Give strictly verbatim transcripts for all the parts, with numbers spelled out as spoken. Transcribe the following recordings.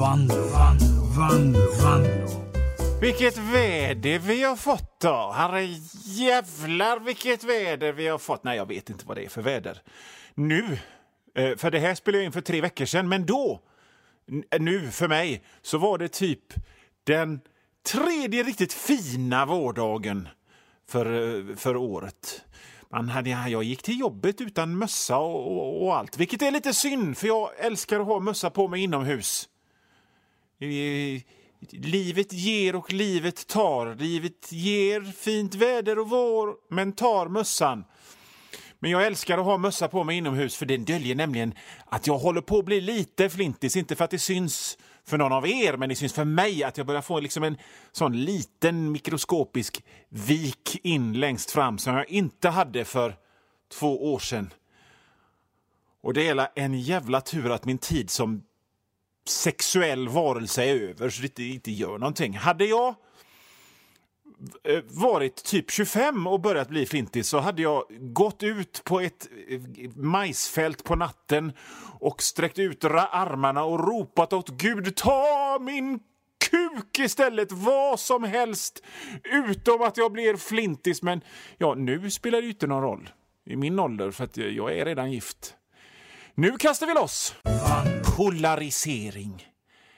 Vanlo, Vanlo, Vanlo, Vanlo. Vilket väder vi har fått då. Herre jävlar vilket väder vi har fått. Nej, jag vet inte vad det är för väder. Nu, för det här spelade jag in för tre veckor sedan. Men då, nu för mig, så var det typ den tredje riktigt fina vårdagen för, för året. Man hade, jag gick till jobbet utan mössa och, och, och allt. Vilket är lite synd, för jag älskar att ha mössa på mig inomhus. Livet ger och livet tar. Livet ger fint väder och vår, men tar mössan. Men jag älskar att ha mössa på mig inomhus, för den döljer nämligen att jag håller på att bli lite flintis. Inte för att det syns för någon av er, men det syns för mig att jag börjar få liksom en sån liten mikroskopisk vik in längst fram som jag inte hade för två år sedan. Och det är en jävla tur att min tid som sexuell varelse är över, så det inte gör någonting. Hade jag varit typ tjugofem och börjat bli flintis, så hade jag gått ut på ett majsfält på natten och sträckt ut armarna och ropat åt Gud: ta min kuk istället, vad som helst utom att jag blir flintis. Men ja, nu spelar det inte någon roll i min ålder, för att jag är redan gift. Nu kastar vi loss. Polarisering.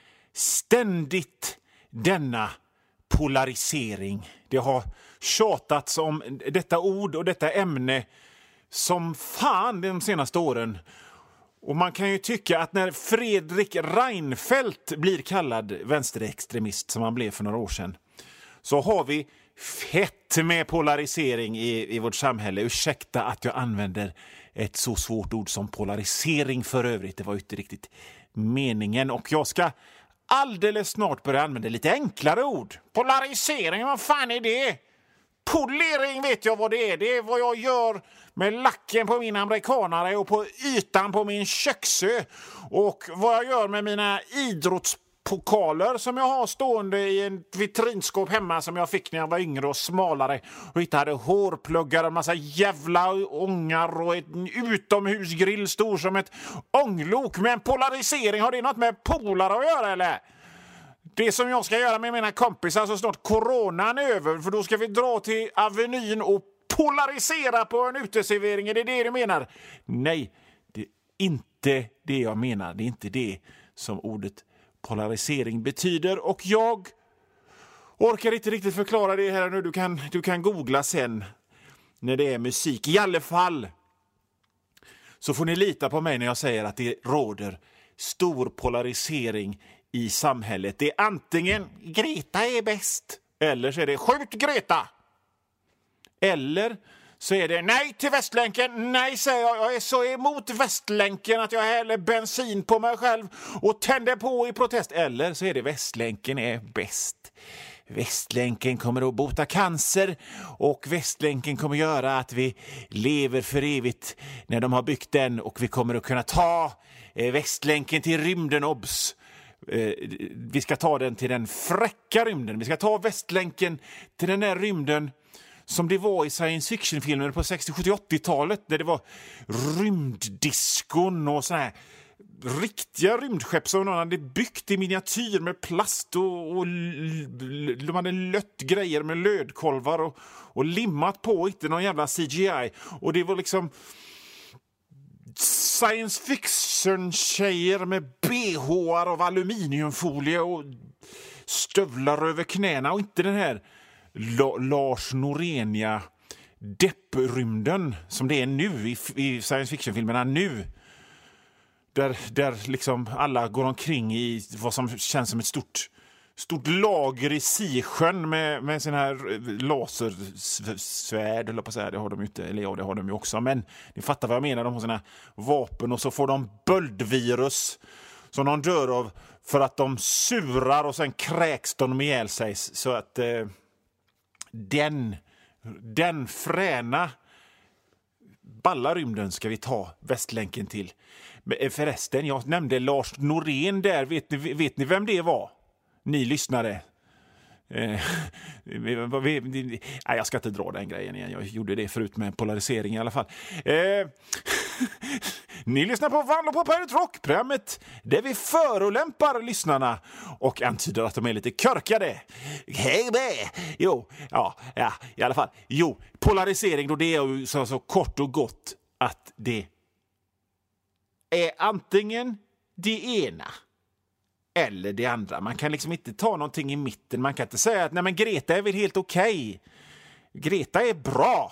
Ständigt denna polarisering. Det har tjatats om detta ord och detta ämne som fan de senaste åren. Och man kan ju tycka att när Fredrik Reinfeldt blir kallad vänsterextremist, som han blev för några år sedan, så har vi fett med polarisering i, i vårt samhälle. Ursäkta att jag använder ett så svårt ord som polarisering för övrigt. Det var ju inte riktigt meningen. Och jag ska alldeles snart börja använda lite enklare ord. Polarisering, vad fan är det? Polering vet jag vad det är. Det är vad jag gör med lacken på min amerikanare och på ytan på min köksö. Och vad jag gör med mina idrottspokaler som jag har stående i en vitrinskåp hemma, som jag fick när jag var yngre och smalare och hittade hårpluggar och en massa jävla ångar och ett utomhusgrill stor som ett ånglok. Men polarisering, har det något med polare att göra eller? Det som jag ska göra med mina kompisar så snart coronan är över, för då ska vi dra till Avenyn och polarisera på en uteservering. Är det det du menar? Nej, det är inte det jag menar. Det är inte det som ordet polarisering betyder. Och jag orkar inte riktigt förklara det här nu. Du kan, du kan googla sen när det är musik. I alla fall så får ni lita på mig när jag säger att det råder stor polarisering i samhället. Det är antingen Greta är bäst, eller så är det skjut Greta. Eller så är det nej till Västlänken. Nej, säger jag. Jag är så emot Västlänken att jag häller bensin på mig själv och tänder på i protest. Eller så är det Västlänken är bäst. Västlänken kommer att bota cancer och Västlänken kommer göra att vi lever för evigt när de har byggt den, och vi kommer att kunna ta Västlänken till rymden, obs. Vi ska ta den till den fräcka rymden. Vi ska ta Västlänken till den där rymden som det var i science fiction-filmer på sextio, sjuttio, åttio-talet, där det var rymddiskon och såna här riktiga rymdskepp som någon hade byggt i miniatyr med plast och, och de hade lött grejer med lödkolvar och, och limmat på, inte någon jävla C G I. Och det var liksom science fiction-tjejer med B H-ar av aluminiumfolie och stövlar över knäna, och inte den här La- Lars Norenia depprymden som det är nu i, i science fiction-filmerna nu. Där, där liksom alla går omkring i vad som känns som ett stort, stort lager i Sisjön med, med sin här lasersvärd, eller på så här, det har de ju inte, eller ja, det har de ju också, men ni fattar vad jag menar, de har sina vapen och så får de böldvirus som de dör av för att de surar och sen kräks de ihjäl sig, så att eh, den, den fräna balla rymden ska vi ta Västlänken till. Men förresten, jag nämnde Lars Norén där. Vet ni, vet ni vem det var? Ni lyssnare. Eh, nej, jag ska inte dra den grejen igen. Jag gjorde det förut med polarisering i alla fall. Eh, Ni lyssnar på Vanlo på Pirate Rock-programmet där vi förolämpar lyssnarna och antyder att de är lite körkade. Hej med! Jo, ja, ja, i alla fall. Jo, polarisering då, det är ju så, så kort och gott att det är antingen det ena eller det andra. Man kan liksom inte ta någonting i mitten. Man kan inte säga att nej, men Greta är väl helt okej. Greta är bra.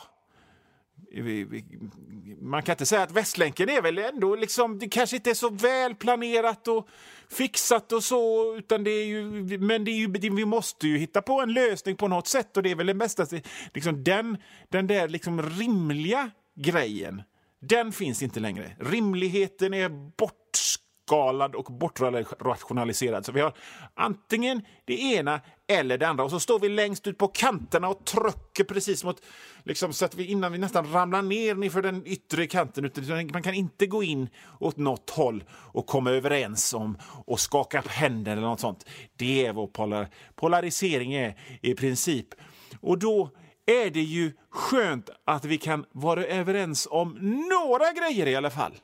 Man kan inte säga att Västlänken är väl ändå liksom, det kanske inte är så väl planerat och fixat och så, utan det är ju, men det är ju, vi måste ju hitta på en lösning på något sätt, och det är väl det bästa, liksom den, den där liksom rimliga grejen, den finns inte längre. Rimligheten är bortskalad och bortrationaliserad. Så vi har antingen det ena eller det andra. Och så står vi längst ut på kanterna och trycker precis mot, liksom, så att vi innan vi nästan ramlar ner för den yttre kanten. Man kan inte gå in åt något håll och komma överens om och skaka upp händer eller något sånt. Det är vad polar, polarisering är i princip. Och då är det ju skönt att vi kan vara överens om några grejer i alla fall.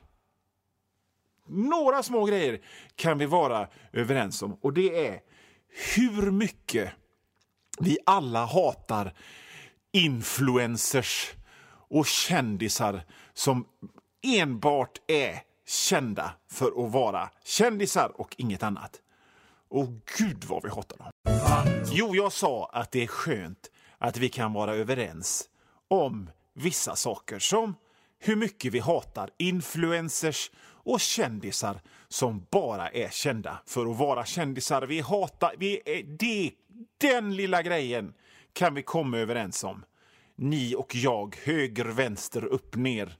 Några små grejer kan vi vara överens om. Och det är hur mycket vi alla hatar influencers och kändisar som enbart är kända för att vara kändisar och inget annat. Och gud vad vi hatar dem. Jo, jag sa att det är skönt att vi kan vara överens om vissa saker, som hur mycket vi hatar influencers och kändisar som bara är kända för att vara kändisar. Vi hatar, vi är, det, den lilla grejen kan vi komma överens om. Ni och jag, höger, vänster, upp, ner,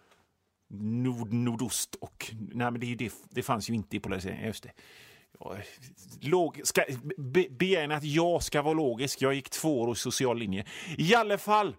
nord, nordost och... Nej, men det, det, det fanns ju inte i polariseringen, just det. Log, ska, be, begärna att jag ska vara logisk. Jag gick två år i social linje. I alla fall,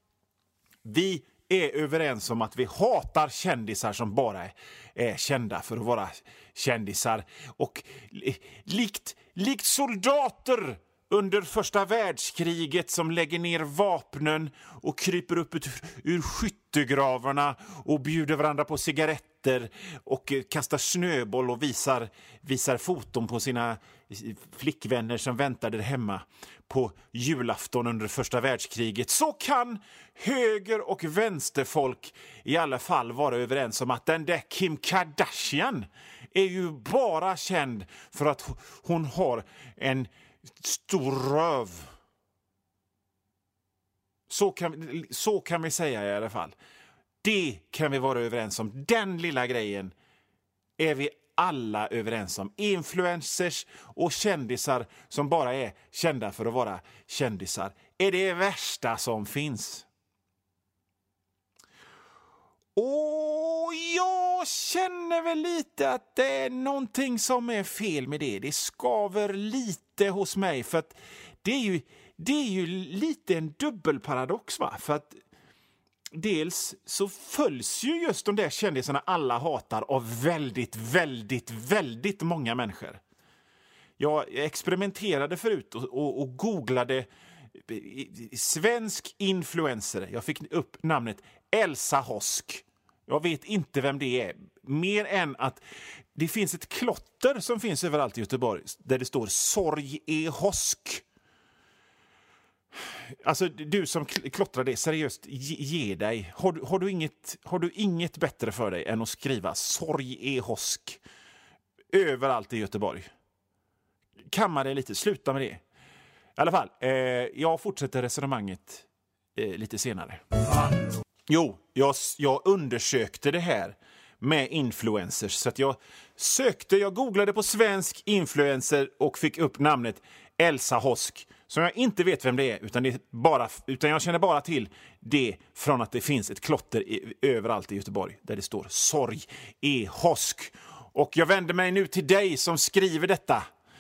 vi är överens om att vi hatar kändisar som bara är, är kända för att vara kändisar. Och likt, likt soldater under första världskriget som lägger ner vapnen och kryper upp ur, ur skyttegravarna och bjuder varandra på cigaretter och kastar snöboll och visar, visar foton på sina flickvänner som väntar där hemma på julafton under första världskriget, så kan höger- och vänsterfolk i alla fall vara överens om att den där Kim Kardashian är ju bara känd för att hon har en stor röv. Så kan, så kan vi säga i alla fall. Det kan vi vara överens om. Den lilla grejen är vi alla överens om. Influencers och kändisar som bara är kända för att vara kändisar är det värsta som finns. Och jag känner väl lite att det är någonting som är fel med det. Det skaver lite hos mig, för att det är ju, det är ju lite en dubbelparadox, va? För att dels så följs ju just de där kändisarna alla hatar av väldigt, väldigt, väldigt många människor. Jag experimenterade förut och, och, och googlade svensk influencer. Jag fick upp namnet Elsa Hosk. Jag vet inte vem det är. Mer än att det finns ett klotter som finns överallt i Göteborg där det står sorg är Hosk. Alltså du som klottrar det, seriöst, ge, ge dig. Har, har, du inget, har du inget bättre för dig än att skriva sorg är Hosk överallt i Göteborg? Kamma dig lite, sluta med det. I alla fall, eh, jag fortsätter resonemanget eh, lite senare. Jo, jag, jag undersökte det här med influencers. Så att jag sökte, jag googlade på svensk influencer och fick upp namnet Elsa Hosk. Som jag inte vet vem det är, utan, det är bara, utan jag känner bara till det från att det finns ett klotter i, överallt i Göteborg där det står sorg är Hosk. Och jag vänder mig nu till dig som skriver detta.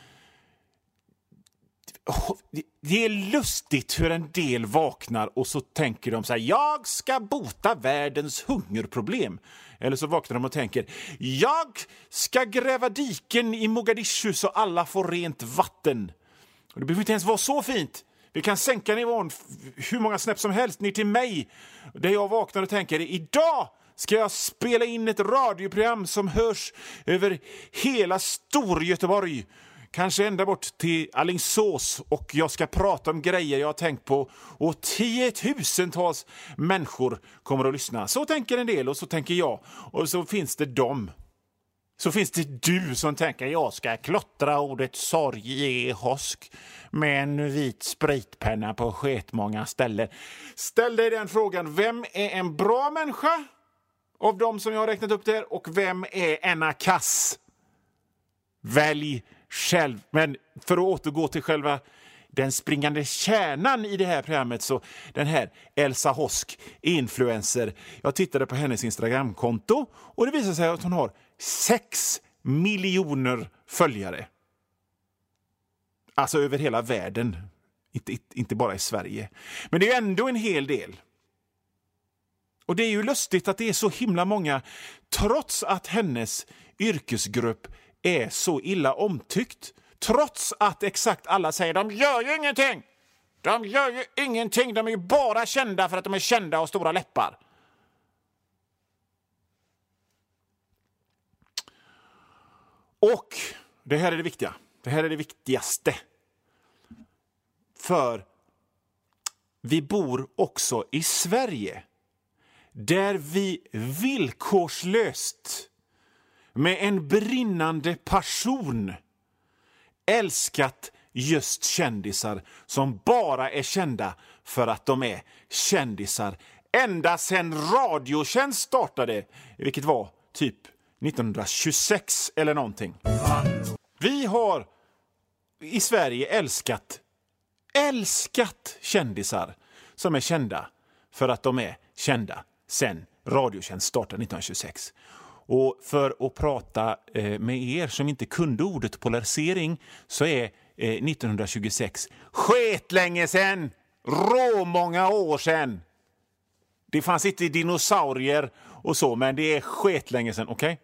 Det är lustigt hur en del vaknar och så tänker de så här: jag ska bota världens hungerproblem. Eller så vaknar de och tänker: jag ska gräva diken i Mogadishu så alla får rent vatten. Och det behöver inte ens vara så fint. Vi kan sänka nivån hur många snäpp som helst ner till mig, där jag vaknar och tänker: idag ska jag spela in ett radioprogram som hörs över hela Storgöteborg. Kanske ända bort till Alingsås, och jag ska prata om grejer jag har tänkt på, och tiotusentals människor kommer att lyssna. Så tänker en del och så tänker jag. Och så finns det dem. Så finns det du som tänker jag ska klottra ordet sorg i hosk med en vit spritpenna på sketmånga ställen. Ställ dig den frågan, vem är en bra människa av dem som jag har räknat upp där, och vem är en kass? Välj själv. Men för att återgå till själva den springande kärnan i det här programmet, så den här Elsa Hosk, influencer. Jag tittade på hennes Instagramkonto och det visar sig att hon har sex miljoner följare. Alltså över hela världen. Inte, inte bara i Sverige. Men det är ändå en hel del. Och det är ju lustigt att det är så himla många, trots att hennes yrkesgrupp är så illa omtyckt. Trots att exakt alla säger de gör ju ingenting. De gör ju ingenting. De är ju bara kända för att de är kända och stora läppar. Och det här är det viktiga. Det här är det viktigaste. För vi bor också i Sverige, där vi villkorslöst med en brinnande passion älskat just kändisar som bara är kända för att de är kändisar. Ända sedan Radiotjänst startade, vilket var typ nittonhundratjugosex eller någonting. Vi har i Sverige älskat, älskat kändisar som är kända för att de är kända sedan Radiotjänst startade nittonhundratjugosex. Och för att prata eh, med er som inte kunde ordet polarisering, så är eh, nittonhundratjugosex skit länge sedan, rå många år sedan. Det fanns inte dinosaurier och så, men det är skit länge sedan, okej? Okay?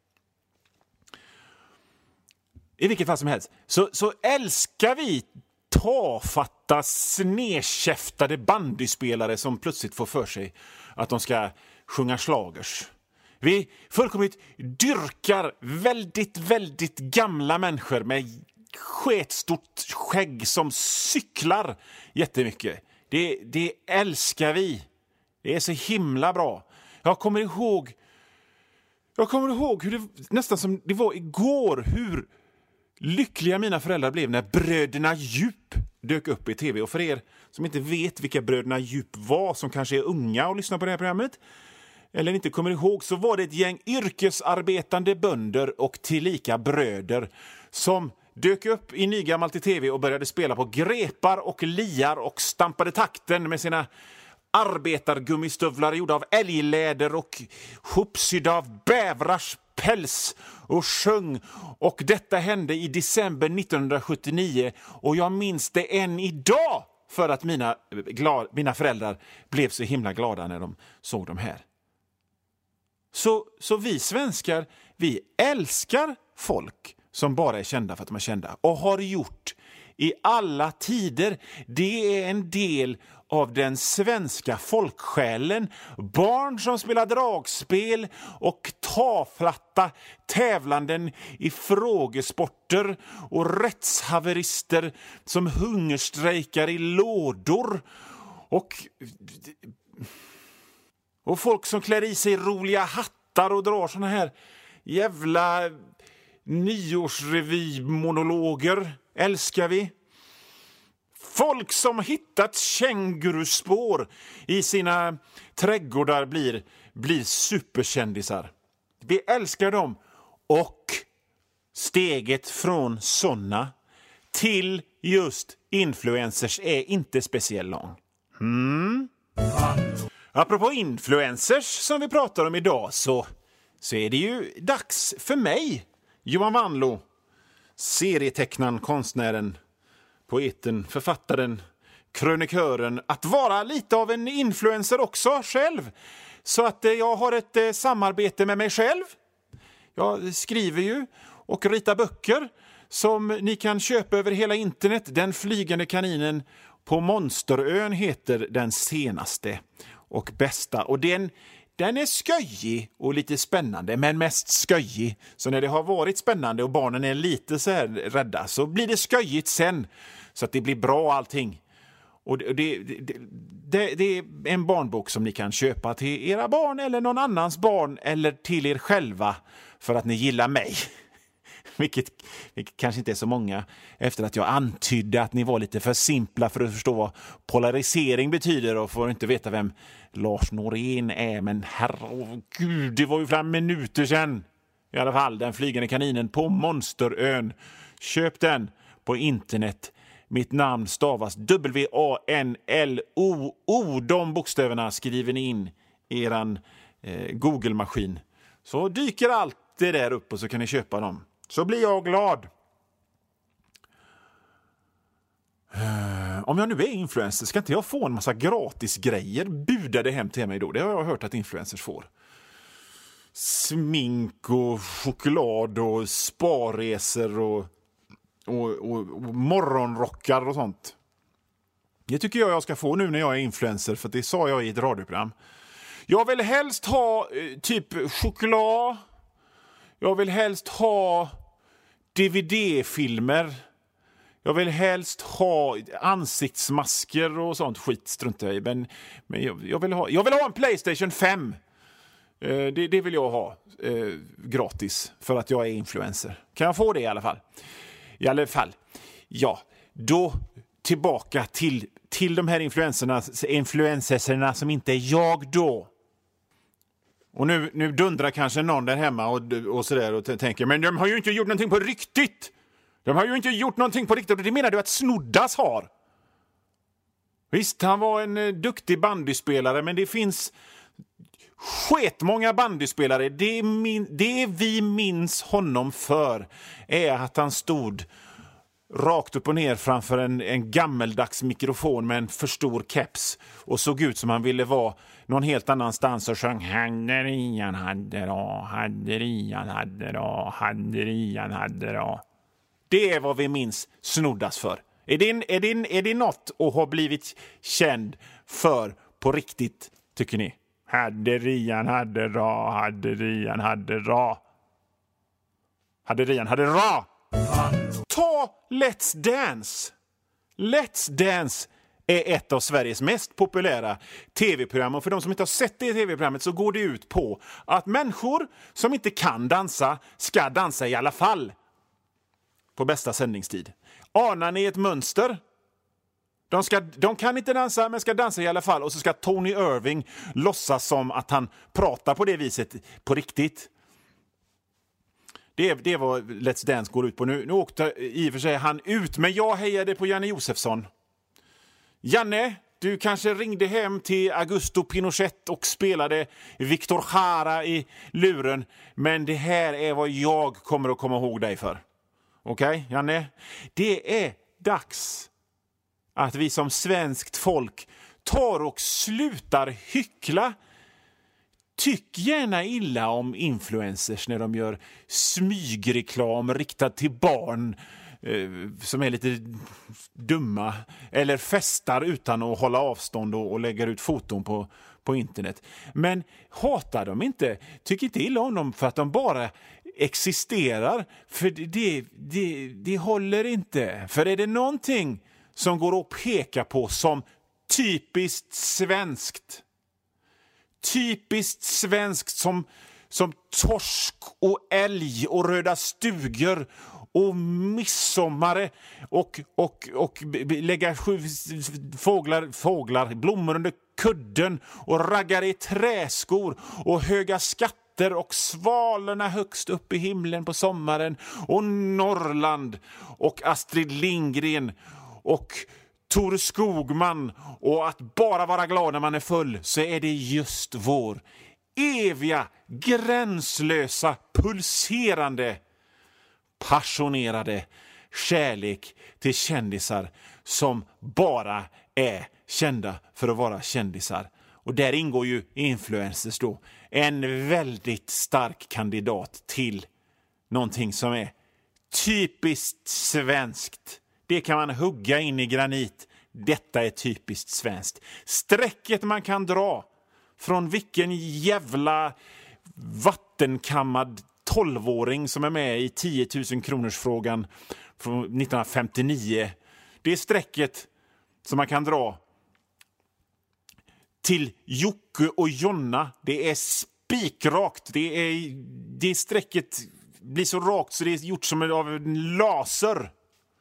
I vilket fall som helst så, så älskar vi tafatta, snedkäftade bandyspelare som plötsligt får för sig att de ska sjunga slagers. Vi fullkomligt dyrkar väldigt, väldigt gamla människor med sketstort skägg som cyklar jättemycket. Det, det älskar vi. Det är så himla bra. Jag kommer ihåg jag kommer ihåg hur det nästan som det var igår, hur lyckliga mina föräldrar blev när Bröderna Djup dök upp i tv. Och för er som inte vet vilka Bröderna Djup var, som kanske är unga och lyssnar på det här programmet, eller inte kommer ihåg, så var det ett gäng yrkesarbetande bönder och tillika bröder som dök upp i nygammalt i tv och började spela på grepar och liar och stampade takten med sina arbetargummistövlar gjorda av älgläder och hopsydda av bävrars päls och sjöng. Och detta hände i december nittonhundrasjuttionio, och jag minns det än idag för att mina, glad, mina föräldrar blev så himla glada när de såg de här. Så, så vi svenskar, vi älskar folk som bara är kända för att de är kända, och har gjort i alla tider. Det är en del av den svenska folksjälen. Barn som spelar dragspel och tafatta tävlanden i frågesporter, och rättshaverister som hungerstrejkar i lådor, och Och folk som klär i sig roliga hattar och drar såna här jävla nyårsrevymonologer. Älskar vi. Folk som hittat känguruspår i sina trädgårdar blir, blir superkändisar. Vi älskar dem. Och steget från såna till just influencers är inte speciellt lång. Hmm. Apropå influencers som vi pratar om idag, så, så är det ju dags för mig, Johan Wanlo, serietecknaren, konstnären, poeten, författaren, krönikören, att vara lite av en influencer också själv. Så att eh, jag har ett eh, samarbete med mig själv. Jag skriver ju och ritar böcker som ni kan köpa över hela internet. Den flygande kaninen på Monsterön heter den senaste och bästa. Och den, den är sköjig och lite spännande, men mest sköjig. Så när det har varit spännande och barnen är lite så här rädda så blir det sköjigt sen. Så att det blir bra allting. Och det, det, det, det, det är en barnbok som ni kan köpa till era barn eller någon annans barn eller till er själva för att ni gillar mig. Vilket, vilket kanske inte är så många efter att jag antydde att ni var lite för simpla för att förstå vad polarisering betyder och får inte veta vem Lars Norén är. Men herregud, det var ju flera minuter sedan. I alla fall, Den flygande kaninen på Monsterön. Köp den på internet. Mitt namn stavas W A N L O O. De bokstäverna skriver ni in i eran eh, Google-maskin. Så dyker allt det där upp och så kan ni köpa dem. Så blir jag glad. Uh, om jag nu är influencer ska inte jag få en massa gratis grejer budade hem till mig då? Det har jag hört att influencers får. Smink och choklad och sparresor och, och, och, och morgonrockar och sånt. Det tycker jag jag ska få nu när jag är influencer, för det sa jag i ett radioprogram. Jag vill helst ha eh, typ choklad. Jag vill helst ha D V D-filmer. Jag vill helst ha ansiktsmasker och sånt skit struntar jag i. Men, men jag, jag, vill ha, jag vill ha en PlayStation fem. Eh, det, det vill jag ha eh, gratis för att jag är influencer. Kan jag få det i alla fall? I alla fall. Ja, då tillbaka till, till de här influencerna, influencerna som inte är jag då. Och nu, nu dundrar kanske någon där hemma och, och sådär och t- tänker, men de har ju inte gjort någonting på riktigt. De har ju inte gjort någonting på riktigt. Och det menar du att Snoddas har? Visst, han var en eh, duktig bandyspelare, men det finns sketmånga bandyspelare. Det, min, det vi minns honom för är att han stod rakt upp och ner framför en, en gammeldags mikrofon med en för stor keps och såg ut som han ville vara någon helt annanstans och sjöng Hadderian hade då, Hadderian hade då, Hadderian hade då. Det är vad vi minns Snoddas för. Är det, är, det, är det något att ha blivit känd för på riktigt, tycker ni? Hadderian hade då, Hadderian hade då. Hadderian hade då. Ta Let's Dance. Let's Dance är ett av Sveriges mest populära tv-program. Och för de som inte har sett det tv-programmet så går det ut på att människor som inte kan dansa ska dansa i alla fall. På bästa sändningstid. Anar ni ett mönster? De, ska, de kan inte dansa men ska dansa i alla fall. Och så ska Tony Irving låtsas som att han pratar på det viset på riktigt. Det är, det är vad Let's Dance går ut på nu. Nu åkte i och för sig han ut, men jag hejade på Janne Josefsson. Janne, du kanske ringde hem till Augusto Pinochet och spelade Victor Jara i luren. Men det här är vad jag kommer att komma ihåg dig för. Okej, okay, Janne? Det är dags att vi som svenskt folk tar och slutar hyckla. Tyck gärna illa om influencers när de gör smygreklam riktad till barn eh, som är lite dumma. Eller festar utan att hålla avstånd och, och lägger ut foton på, på internet. Men hatar de inte, tycker inte illa om dem för att de bara existerar. För det, det, det håller inte. För är det någonting som går att peka på som typiskt svenskt, typiskt svenskt som, som torsk och älg och röda stugor och midsommare och, och, och lägga sju fåglar, fåglar, blommor under kudden och raggar i träskor och höga skatter och svalorna högst upp i himlen på sommaren och Norrland och Astrid Lindgren och Tor Skogman och att bara vara glad när man är full, så är det just vår eviga, gränslösa, pulserande, passionerade kärlek till kändisar som bara är kända för att vara kändisar. Och där ingår ju influencers då. En väldigt stark kandidat till någonting som är typiskt svenskt. Det kan man hugga in i granit. Detta är typiskt svenskt. Strecket man kan dra från vilken jävla vattenkammad tolvåring som är med i tio tusen kronors frågan från nittonhundrafemtionio. Det är strecket som man kan dra till Jocke och Jonna. Det är spikrakt. Det är, det strecket blir så rakt så det är gjort som av en laser.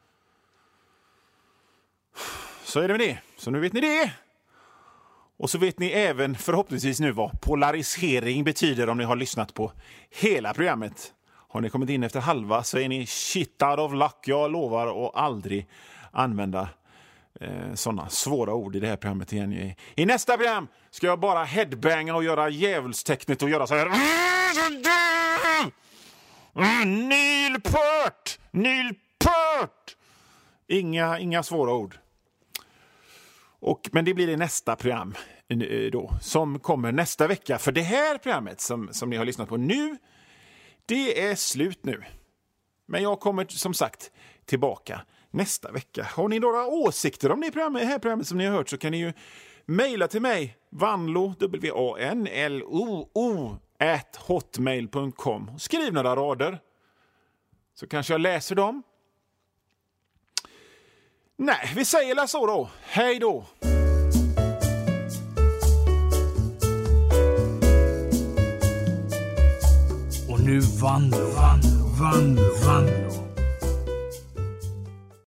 Så är det med det. Så nu vet ni det. Och så vet ni även förhoppningsvis nu vad polarisering betyder om ni har lyssnat på hela programmet. Har ni kommit in efter halva så är ni shit out of luck. Jag lovar att aldrig använda eh, sådana svåra ord i det här programmet igen. I, I nästa program ska jag bara headbanga och göra djävulstecknet och göra så här. Neil Peart! Neil Peart! Inga, inga svåra ord. Och, men det blir det nästa program då, som kommer nästa vecka. För det här programmet som, som ni har lyssnat på nu, det är slut nu. Men jag kommer som sagt tillbaka nästa vecka. Har ni några åsikter om det programmet, här programmet som ni har hört så kan ni ju mejla till mig. Vanlo, W A N L O O at hotmail punkt com. Skriv några rader så kanske jag läser dem. Nej, vi säger la så då. Hej då! Och nu Vanlo, Vanlo, Vanlo, Vanlo.